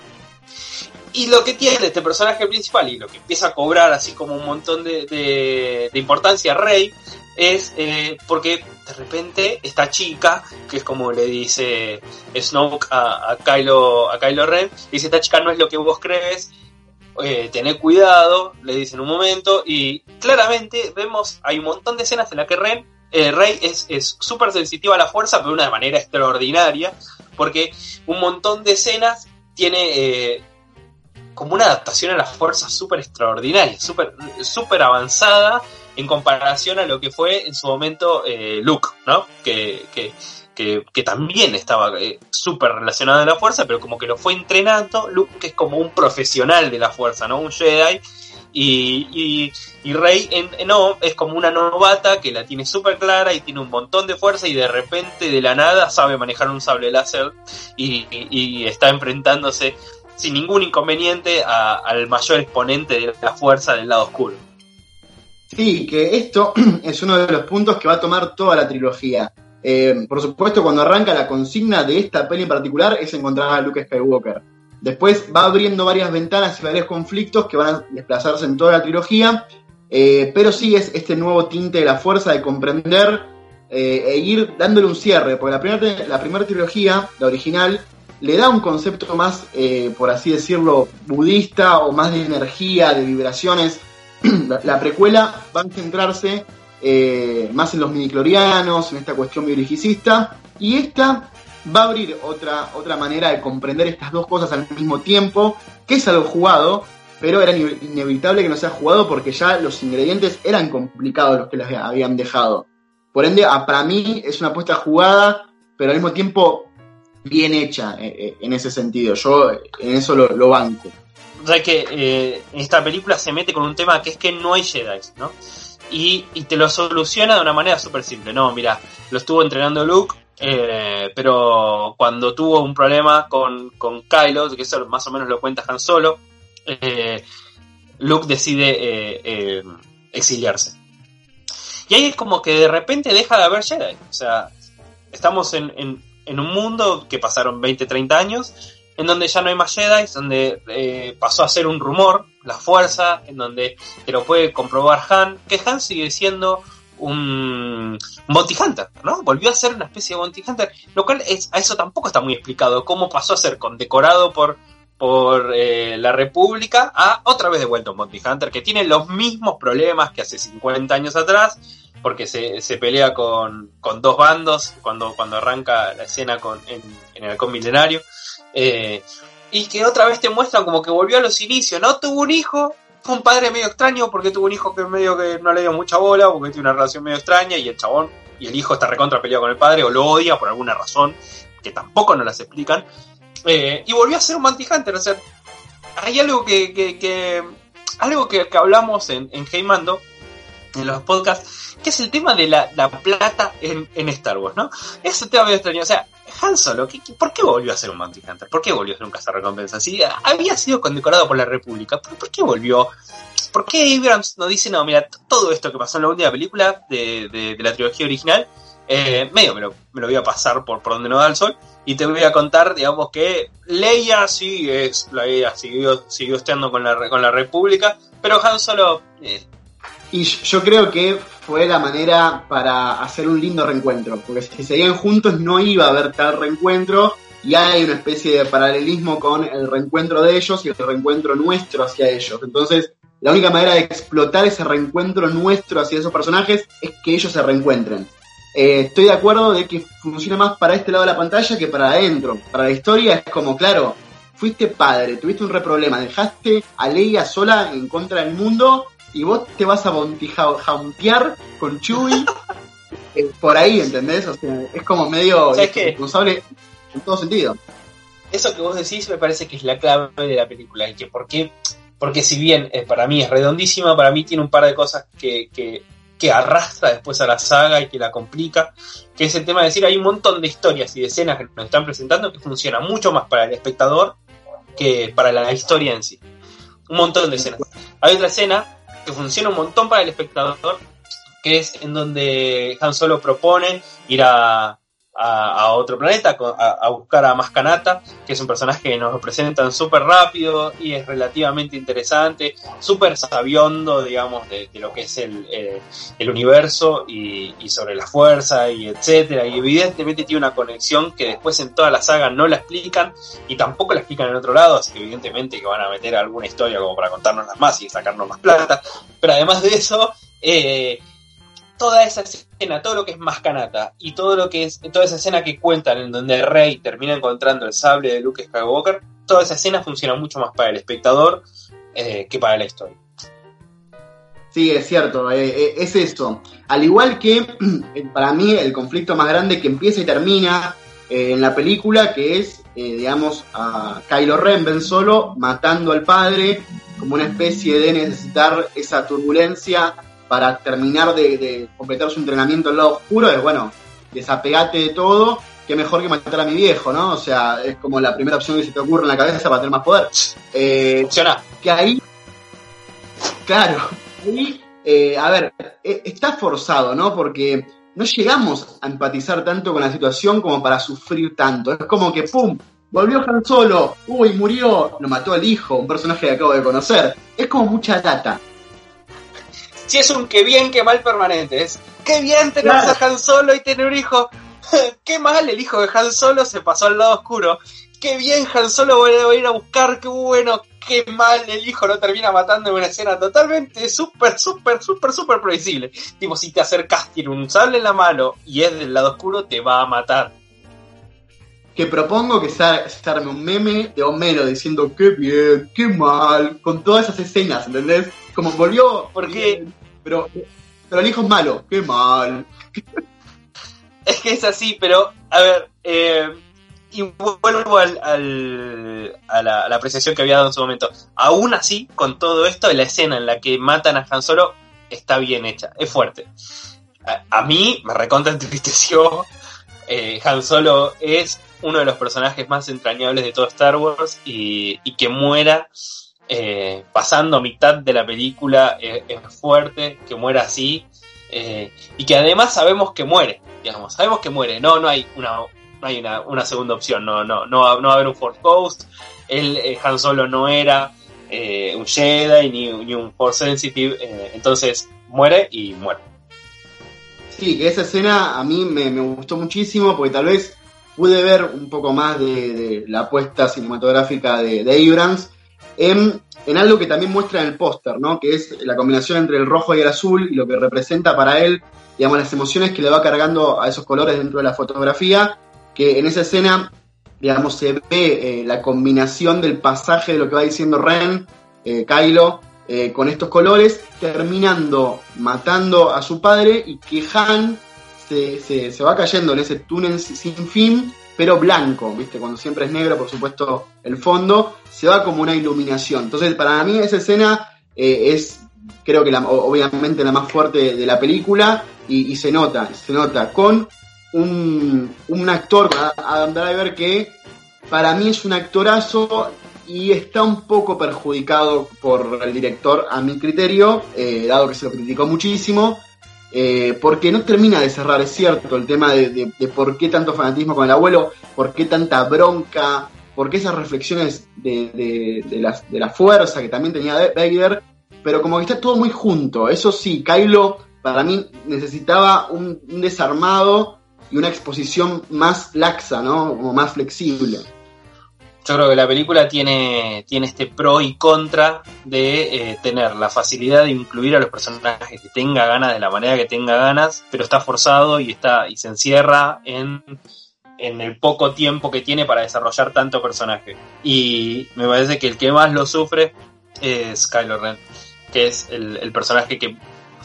Y lo que tiene este personaje principal y lo que empieza a cobrar así como un montón de, de, de importancia Rey es eh, porque de repente esta chica, que es como le dice Snoke a, a Kylo a Kylo Ren, dice, esta chica no es lo que vos crees, eh, tened cuidado, le dice en un momento, y claramente vemos, hay un montón de escenas en las que Ren, eh, Rey es es súper sensitiva a la fuerza, pero de una manera extraordinaria, porque un montón de escenas tiene eh, como una adaptación a la fuerza súper extraordinaria, súper súper avanzada en comparación a lo que fue en su momento eh, Luke, ¿no? Que, que, que, que también estaba eh, súper relacionado a la fuerza, pero como que lo fue entrenando. Luke, que es como un profesional de la fuerza, ¿no? Un Jedi. Y, y, y Rey en, en, no, es como una novata que la tiene súper clara y tiene un montón de fuerza y de repente de la nada sabe manejar un sable láser y, y, y está enfrentándose sin ningún inconveniente a, al mayor exponente de la fuerza del lado oscuro. Sí, que esto es uno de los puntos que va a tomar toda la trilogía. Eh, por supuesto, cuando arranca la consigna de esta peli en particular es encontrar a Luke Skywalker. Después va abriendo varias ventanas y varios conflictos que van a desplazarse en toda la trilogía, eh, pero sí es este nuevo tinte de la fuerza de comprender eh, e ir dándole un cierre, porque la primera la primera trilogía, la original, le da un concepto más, eh, por así decirlo, budista o más de energía, de vibraciones. La, la precuela va a centrarse eh, más en los midichlorianos, en esta cuestión bioligicista, Y esta va a abrir otra, otra manera de comprender estas dos cosas al mismo tiempo, que es algo jugado, pero era inevitable que no sea jugado porque ya los ingredientes eran complicados los que les habían dejado. Por ende, para mí es una apuesta jugada, pero al mismo tiempo bien hecha en ese sentido. Yo en eso lo, lo banco. O sea que eh, esta película se mete con un tema que es que no hay Jedi, ¿no? Y, y te lo soluciona de una manera súper simple. No, mira, lo estuvo entrenando Luke, eh, pero cuando tuvo un problema con, con Kylo, que eso más o menos lo cuenta Han Solo, eh, Luke decide eh, eh, exiliarse. Y ahí es como que de repente deja de haber Jedi. O sea, estamos en, en, en un mundo que pasaron veinte, treinta años, en donde ya no hay más Jedi, donde eh, pasó a ser un rumor, la fuerza, en donde te lo puede comprobar Han, que Han sigue siendo un, un Bounty Hunter, ¿no? Volvió a ser una especie de Bounty Hunter, lo cual es, a eso tampoco está muy explicado, cómo pasó a ser condecorado por, por eh, la República a otra vez de vuelta un Bounty Hunter, que tiene los mismos problemas que hace cincuenta años atrás, porque se, se pelea con, con dos bandos cuando, cuando arranca la escena con, en, en el Halcón Milenario. Eh, y que otra vez te muestran como que volvió a los inicios, ¿no? Tuvo un hijo, fue un padre medio extraño porque tuvo un hijo que medio que no le dio mucha bola, porque tiene una relación medio extraña, y el chabón y el hijo está recontra peleado con el padre o lo odia por alguna razón que tampoco nos las explican, eh, y volvió a ser un Bounty Hunter. O sea, hay algo que, que, que algo que, que hablamos en, en Hey Mando, en los podcasts, que es el tema de la, la plata en, en Star Wars, ¿no? Es un tema medio extraño. O sea, Han Solo, ¿qué, ¿por qué volvió a ser un Bounty Hunter? ¿Por qué volvió a ser un cazarrecompensas? Si había sido condecorado por la República, ¿por, ¿por qué volvió? ¿Por qué Abrams nos dice, no, mira, todo esto que pasó en la última película de, de, de la trilogía original, eh, medio me lo, me lo voy a pasar por, por donde no da el sol, y te voy a contar, digamos, que Leia sí es, Leia siguió, siguió estando con la, con la República, pero Han Solo... Eh, Y yo creo que fue la manera para hacer un lindo reencuentro, porque si seguían juntos no iba a haber tal reencuentro, y hay una especie de paralelismo con el reencuentro de ellos y el reencuentro nuestro hacia ellos. Entonces, la única manera de explotar ese reencuentro nuestro hacia esos personajes es que ellos se reencuentren. Eh, estoy de acuerdo de que funciona más para este lado de la pantalla que para adentro. Para la historia es como, claro, fuiste padre, tuviste un re problema, dejaste a Leia sola en contra del mundo, y vos te vas a jauntear con Chewie eh, por ahí, ¿entendés? O sea, es como medio irresponsable en todo sentido. Eso que vos decís me parece que es la clave de la película. Y que por qué, porque si bien eh, para mí es redondísima, para mí tiene un par de cosas que, que, que arrastra después a la saga y que la complica, que es el tema de decir, hay un montón de historias y de escenas que nos están presentando que funcionan mucho más para el espectador que para la historia en sí. Un montón de escenas. Hay otra escena que funciona un montón para el espectador, que es en donde Han Solo propone ir a, a, a otro planeta a, a buscar a Maz Kanata, que es un personaje que nos lo presentan súper rápido y es relativamente interesante, súper sabiondo, digamos, de, de lo que es el, eh, el universo y, y sobre la fuerza y etcétera, y evidentemente tiene una conexión que después en toda la saga no la explican y tampoco la explican en otro lado, así que evidentemente que van a meter alguna historia como para contarnos más y sacarnos más plata, pero además de eso, eh, toda esa escena, todo lo que es Maz Kanata y todo lo que es, toda esa escena que cuentan en donde Rey termina encontrando el sable de Luke Skywalker, toda esa escena funciona mucho más para el espectador eh, que para la historia. Sí, es cierto, eh, es eso. Al igual que para mí el conflicto más grande que empieza y termina eh, en la película, que es, eh, digamos, a Kylo Ren, Ben Solo, matando al padre como una especie de necesitar esa turbulencia para terminar de, de completar su entrenamiento al lado oscuro. Es bueno, desapegate de todo, que mejor que matar a mi viejo, ¿no? O sea, es como la primera opción que se te ocurre en la cabeza para tener más poder. Eh, Funciona. Que ahí, claro, ahí, eh, a ver, eh, está forzado, ¿no? Porque no llegamos a empatizar tanto con la situación como para sufrir tanto. Es como que, ¡pum!, volvió Han Solo, uy, murió, lo mató al hijo, un personaje que acabo de conocer. Es como mucha lata. Si es un qué bien, qué mal permanente, es qué bien tener claro. a Han Solo y tener un hijo, qué mal, el hijo de Han Solo se pasó al lado oscuro, qué bien Han Solo va a ir a buscar, qué bueno, qué mal, el hijo lo termina matando en una escena totalmente súper, súper, súper, súper previsible. Tipo, si te acercas, tiene un sable en la mano y es del lado oscuro, te va a matar. que propongo que se arme un meme de Homero diciendo qué bien, qué mal, con todas esas escenas, ¿entendés? Como volvió, porque pero, pero el hijo es malo, qué mal. Es que es así, pero, a ver, eh, y vuelvo al, al, a, la, a la apreciación que había dado en su momento. Aún así, con todo esto, la escena en la que matan a Han Solo está bien hecha, es fuerte. A, a mí me recontra entristeció. Eh, Han Solo es uno de los personajes más entrañables de todo Star Wars y, y que muera eh, pasando mitad de la película es, es fuerte, que muera así. Eh, y que además sabemos que muere, digamos, sabemos que muere, no, no hay una, no hay una, una segunda opción, no, no, no, va, no va a haber un Force Ghost, él, eh, Han Solo no era eh, un Jedi ni, ni un Force Sensitive, eh, entonces muere y muere. Sí, que esa escena a mí me, me gustó muchísimo porque tal vez pude ver un poco más de, de la apuesta cinematográfica de, de Abrams en, en algo que también muestra en el póster, ¿no? Que es la combinación entre el rojo y el azul y lo que representa para él, digamos, las emociones que le va cargando a esos colores dentro de la fotografía, que en esa escena, digamos, se ve eh, la combinación del pasaje de lo que va diciendo Ren, eh, Kylo, eh, con estos colores, terminando matando a su padre y que Han se, se, se va cayendo en ese túnel sin fin, pero blanco, ¿viste? Cuando siempre es negro, por supuesto, el fondo, se va como una iluminación. Entonces, para mí esa escena eh, es, creo que la, obviamente la más fuerte de la película, y, y se nota, se nota, con un, un actor, Adam Driver, que para mí es un actorazo y está un poco perjudicado por el director, a mi criterio, eh, dado que se lo criticó muchísimo, Eh, porque no termina de cerrar, es cierto, el tema de, de, de por qué tanto fanatismo con el abuelo, por qué tanta bronca, por qué esas reflexiones de, de, de, la, de la fuerza que también tenía Vader, pero como que está todo muy junto. Eso sí, Kylo para mí necesitaba un, un desarmado y una exposición más laxa, ¿no? Como más flexible. Yo creo que la película tiene, tiene este pro y contra de eh, tener la facilidad de incluir a los personajes que tenga ganas de la manera que tenga ganas, pero está forzado y está y se encierra en, en el poco tiempo que tiene para desarrollar tanto personaje. Y me parece que el que más lo sufre es Kylo Ren, que es el, el personaje que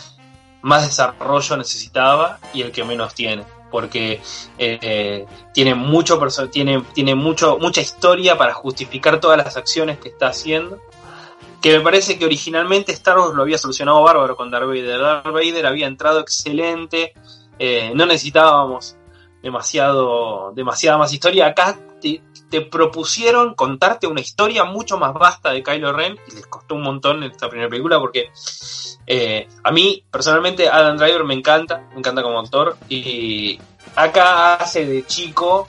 más desarrollo necesitaba y el que menos tiene. Porque eh, tiene mucho perso- tiene, tiene mucho mucha historia para justificar todas las acciones que está haciendo, que me parece que originalmente Star Wars lo había solucionado bárbaro con Darth Vader. Darth Vader había entrado excelente, eh, no necesitábamos demasiado demasiada más historia. Acá te, te propusieron contarte una historia mucho más vasta de Kylo Ren y les costó un montón en esta primera película porque Eh, a mí, personalmente, Adam Driver me encanta, me encanta como actor, y acá hace de chico,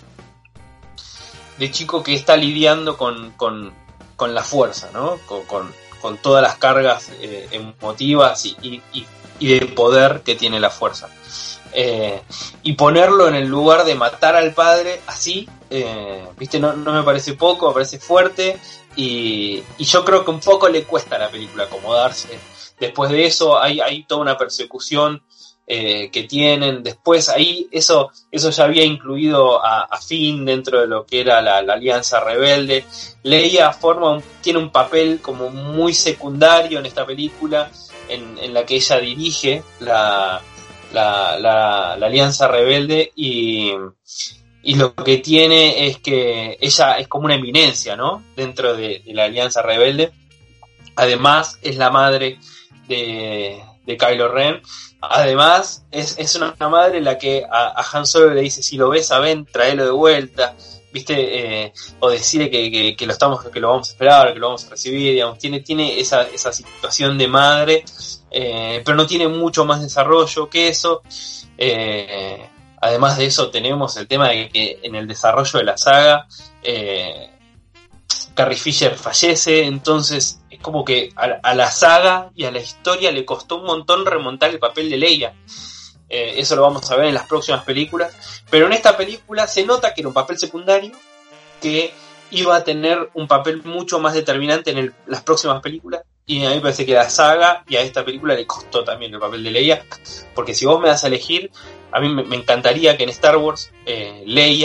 de chico que está lidiando con, con, con la fuerza, ¿no? Con, con, con todas las cargas eh, emotivas y, y, y de poder que tiene la fuerza. Eh, y ponerlo en el lugar de matar al padre así, eh, viste, no, no me parece poco, me parece fuerte, y, y yo creo que un poco le cuesta a la película acomodarse. Después de eso hay, hay toda una persecución eh, que tienen. Después ahí eso, eso ya había incluido a, a Finn dentro de lo que era la, la Alianza Rebelde. Leia forma un, tiene un papel como muy secundario en esta película, en, en la que ella dirige la, la, la, la Alianza Rebelde y, y lo que tiene es que ella es como una eminencia, ¿no? Dentro de, de la Alianza Rebelde. Además es la madre de, de Kylo Ren. Además es, es una, una madre en la que a, a Han Solo le dice: si lo ves a Ben, tráelo de vuelta, viste, eh, o decirle que, que, que lo estamos, que lo vamos a esperar, que lo vamos a recibir, digamos. Tiene, tiene esa, esa situación de madre, eh, pero no tiene mucho más desarrollo que eso. Eh, además de eso tenemos el tema de que en el desarrollo de la saga eh, Carrie Fisher fallece, entonces es como que a, a la saga y a la historia le costó un montón remontar el papel de Leia. Eh, eso lo vamos a ver en las próximas películas, pero en esta película se nota que era un papel secundario que iba a tener un papel mucho más determinante en el, las próximas películas, y a mí me parece que a la saga y a esta película le costó también el papel de Leia, porque si vos me das a elegir, a mí me, me encantaría que en Star Wars eh, Leia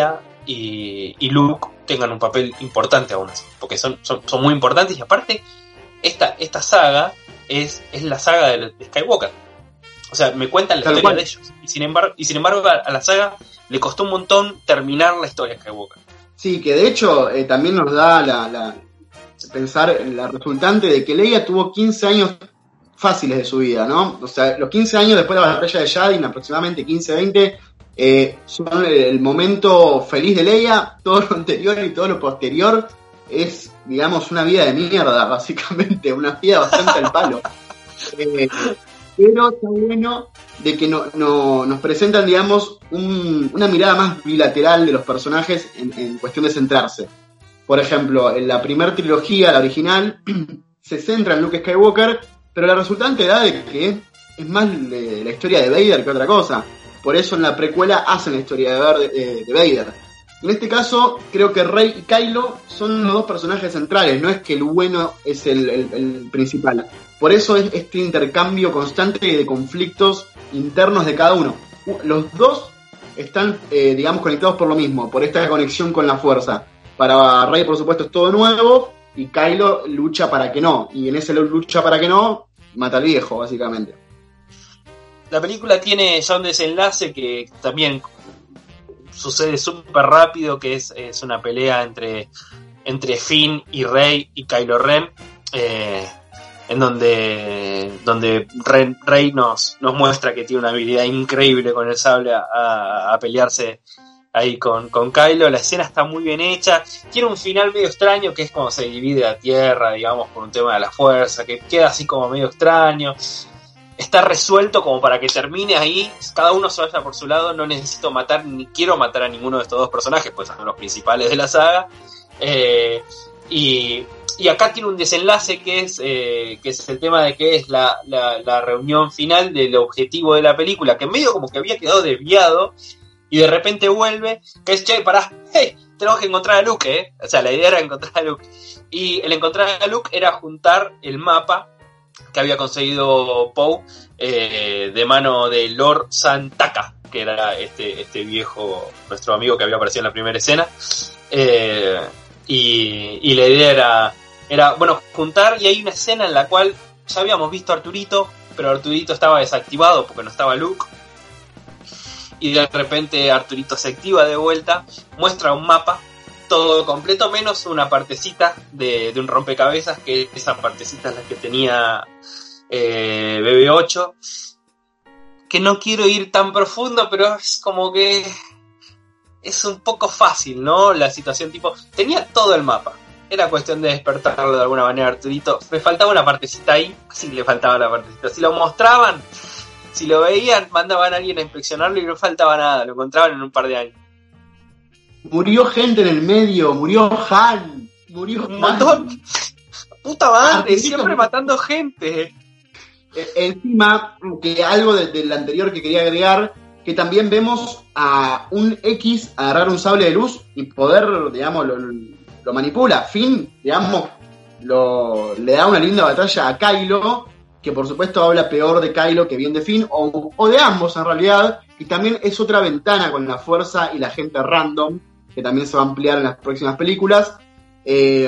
y, y Luke tengan un papel importante aún así, porque son, son, son muy importantes, y aparte esta, esta saga es, es la saga de, de Skywalker. O sea, me cuentan la Tal historia cual. de ellos, y sin embargo, y sin embargo a, a la saga le costó un montón terminar la historia de Skywalker. Sí, que de hecho eh, también nos da la, la pensar la resultante de que Leia tuvo quince años fáciles de su vida, ¿no? O sea, los quince años después de la batalla de Yavin, aproximadamente quince, veinte, eh, son el, el momento feliz de Leia. Todo lo anterior y todo lo posterior es, digamos, una vida de mierda, básicamente, una vida bastante al palo. Eh, pero está bueno de que no, no, nos presentan, digamos, un, una mirada más bilateral de los personajes en, en cuestión de centrarse. Por ejemplo, en la primera trilogía, la original, se centra en Luke Skywalker, pero la resultante da de que es más de la historia de Vader que otra cosa. Por eso en la precuela hacen la historia de, Vader, de, de Vader. En este caso, creo que Rey y Kylo son los dos personajes centrales, no es que el bueno es el, el, el principal. Por eso es este intercambio constante de conflictos internos de cada uno. Los dos están, eh, digamos, conectados por lo mismo, por esta conexión con la fuerza. Para Rey, por supuesto, es todo nuevo, y Kylo lucha para que no. Y en ese lucha para que no, mata al viejo, básicamente. La película tiene ya un desenlace que también sucede súper rápido, que es, es una pelea entre, entre Finn y Rey y Kylo Ren, eh, en donde, donde Ren, Rey nos, nos muestra que tiene una habilidad increíble con el sable a, a, a pelearse ahí con, con Kylo. La escena está muy bien hecha, tiene un final medio extraño, que es como se divide la tierra, digamos, por un tema de la fuerza, que queda así como medio extraño. Está resuelto como para que termine ahí, cada uno se vaya por su lado. No necesito matar, ni quiero matar a ninguno de estos dos personajes, pues son los principales de la saga. Eh, y, y acá tiene un desenlace que es, eh, que es el tema de que es la, la, la reunión final del objetivo de la película, que medio como que había quedado desviado, y de repente vuelve, que es, che, pará, hey, tenemos que encontrar a Luke, ¿eh? O sea, la idea era encontrar a Luke. Y el encontrar a Luke era juntar el mapa que había conseguido Poe eh, de mano de Lord Santaka, que era este, este viejo, nuestro amigo que había aparecido en la primera escena. Eh, y, y la idea era, era, bueno, juntar, y hay una escena en la cual ya habíamos visto a Arturito, pero Arturito estaba desactivado porque no estaba Luke. Y de repente Arturito se activa de vuelta, muestra un mapa, todo completo, menos una partecita de, de un rompecabezas, que esa partecita es la que tenía eh, B B ocho. Que no quiero ir tan profundo, pero es como que es un poco fácil, ¿no? La situación, tipo, tenía todo el mapa. Era cuestión de despertarlo de alguna manera, Arturito. Me faltaba una partecita ahí, sí le faltaba la partecita. Si lo mostraban, si lo veían, mandaban a alguien a inspeccionarlo y no faltaba nada, lo encontraban en un par de años. Murió gente en el medio, murió Han, murió Un Han. montón. Puta madre, Arturito, siempre matando gente. Eh, encima, que algo de- del anterior que quería agregar, que también vemos a un X agarrar un sable de luz y poder, digamos, lo, lo manipula. Finn, digamos, lo, le da una linda batalla a Kylo, que por supuesto habla peor de Kylo que bien de Finn, o, o de ambos en realidad, y también es otra ventana con la fuerza y la gente random, que también se va a ampliar en las próximas películas. Eh,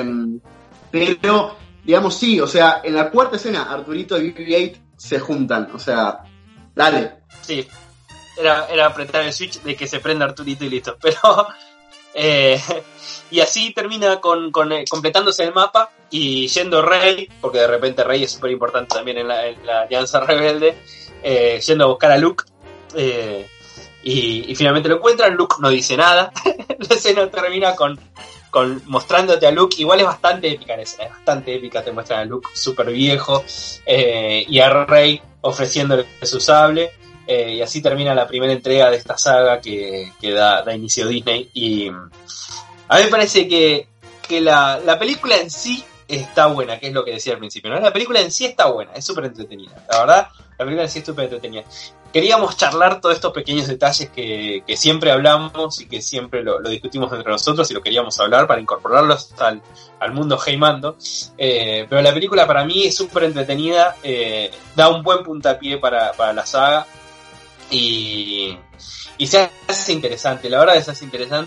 pero, digamos, sí, o sea, en la cuarta escena, Arturito y B B ocho se juntan, o sea, dale. Sí, era, era apretar el switch de que se prenda Arturito y listo. Pero, eh, y así termina con, con eh, completándose el mapa y yendo Rey, porque de repente Rey es súper importante también en la, en la Alianza Rebelde, eh, yendo a buscar a Luke. Eh, y, y finalmente lo encuentran. Luke no dice nada. La escena termina con, con mostrándote a Luke. Igual es bastante épica la escena, es bastante épica. Te muestran a Luke súper viejo, eh, y a Rey ofreciéndole su sable, eh, y así termina la primera entrega de esta saga que, que da, da inicio a Disney. Y a mí me parece que, que la, la película en sí está buena, que es lo que decía al principio, ¿no? La película en sí está buena, es súper entretenida, la verdad. La película en sí es súper entretenida. Queríamos charlar todos estos pequeños detalles que, que siempre hablamos y que siempre lo, lo discutimos entre nosotros, y lo queríamos hablar para incorporarlos al, al mundo Heimando. Eh, pero la película para mí es súper entretenida, eh, da un buen puntapié para, para la saga, y, y se hace interesante, la verdad se hace interesante.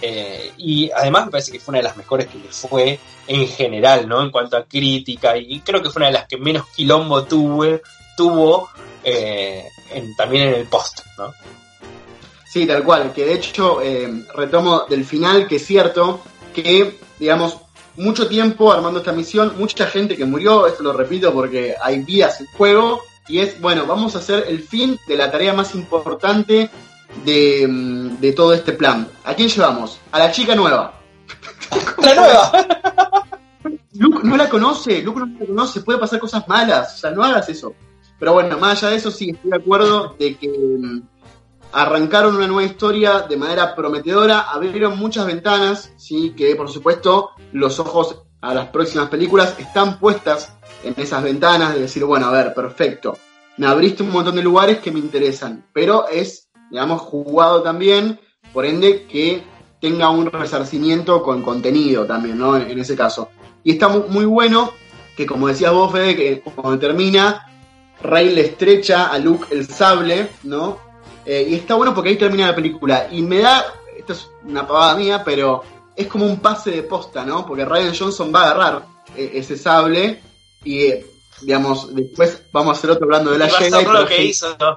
Eh, y además me parece que fue una de las mejores que le fue en general, ¿no? En cuanto a crítica, y creo que fue una de las que menos quilombo tuve, tuvo eh, en, también en el post, ¿no? Sí, tal cual, que de hecho eh, retomo del final, que es cierto que, digamos, mucho tiempo armando esta misión, mucha gente que murió, esto lo repito porque hay vidas en juego, y es, bueno, vamos a hacer el fin de la tarea más importante de, de todo este plan. ¿A quién llevamos? A la chica nueva. ¡La nueva! Luke no la conoce, Luke no la conoce, puede pasar cosas malas, o sea, no hagas eso. Pero bueno, más allá de eso, sí, estoy de acuerdo de que um, arrancaron una nueva historia de manera prometedora, abrieron muchas ventanas, sí, que por supuesto los ojos a las próximas películas están puestas en esas ventanas, de decir, bueno, a ver, perfecto, me abriste un montón de lugares que me interesan, pero es, digamos, jugado también, por ende, que tenga un resarcimiento con contenido también, ¿no? En, en ese caso. Y está muy, muy bueno que, como decías vos, Fede, que cuando termina, Rey le estrecha a Luke el sable, ¿no? Eh, y está bueno porque ahí termina la película. Y me da, esto es una pavada mía, pero es como un pase de posta, ¿no? Porque Rian Johnson va a agarrar eh, ese sable y, eh, digamos, después vamos a hacer otro hablando de la Jedi. Jedi. Lo que hizo, ¿no?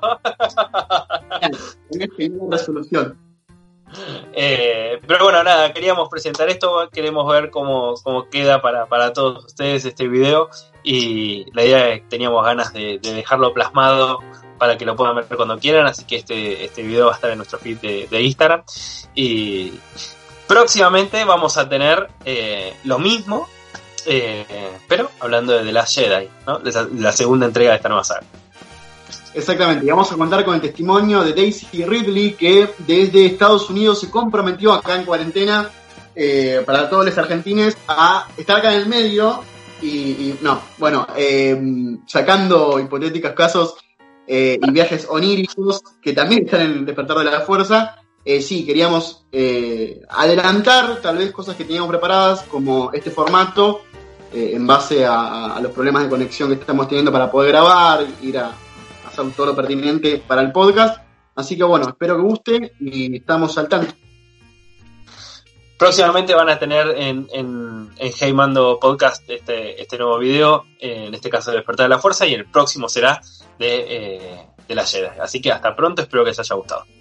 Es una resolución. Eh, pero bueno, nada, queríamos presentar esto, queremos ver cómo, cómo queda para, para todos ustedes este video, y la idea es que teníamos ganas de, de dejarlo plasmado para que lo puedan ver cuando quieran, así que este, este video va a estar en nuestro feed de, de Instagram, y próximamente vamos a tener eh, lo mismo, eh, pero hablando de The Last Jedi, ¿no? La, la segunda entrega de esta nueva saga. Exactamente, y vamos a contar con el testimonio de Daisy Ridley, que desde Estados Unidos se comprometió acá en cuarentena, eh, para todos los argentines, a estar acá en el medio y, y no, bueno, eh, sacando hipotéticos casos eh, y viajes oníricos que también están en el Despertar de la Fuerza. Eh, sí, queríamos eh, adelantar tal vez cosas que teníamos preparadas, como este formato, eh, en base a, a los problemas de conexión que estamos teniendo para poder grabar, ir a hacer todo lo pertinente para el podcast. Así que bueno, espero que guste y estamos al tanto. Próximamente van a tener en, en, en Hey Mando Podcast este, este nuevo video, eh, en este caso de Despertar de la Fuerza, y el próximo será de, eh, de la Jedi. Así que hasta pronto, espero que les haya gustado.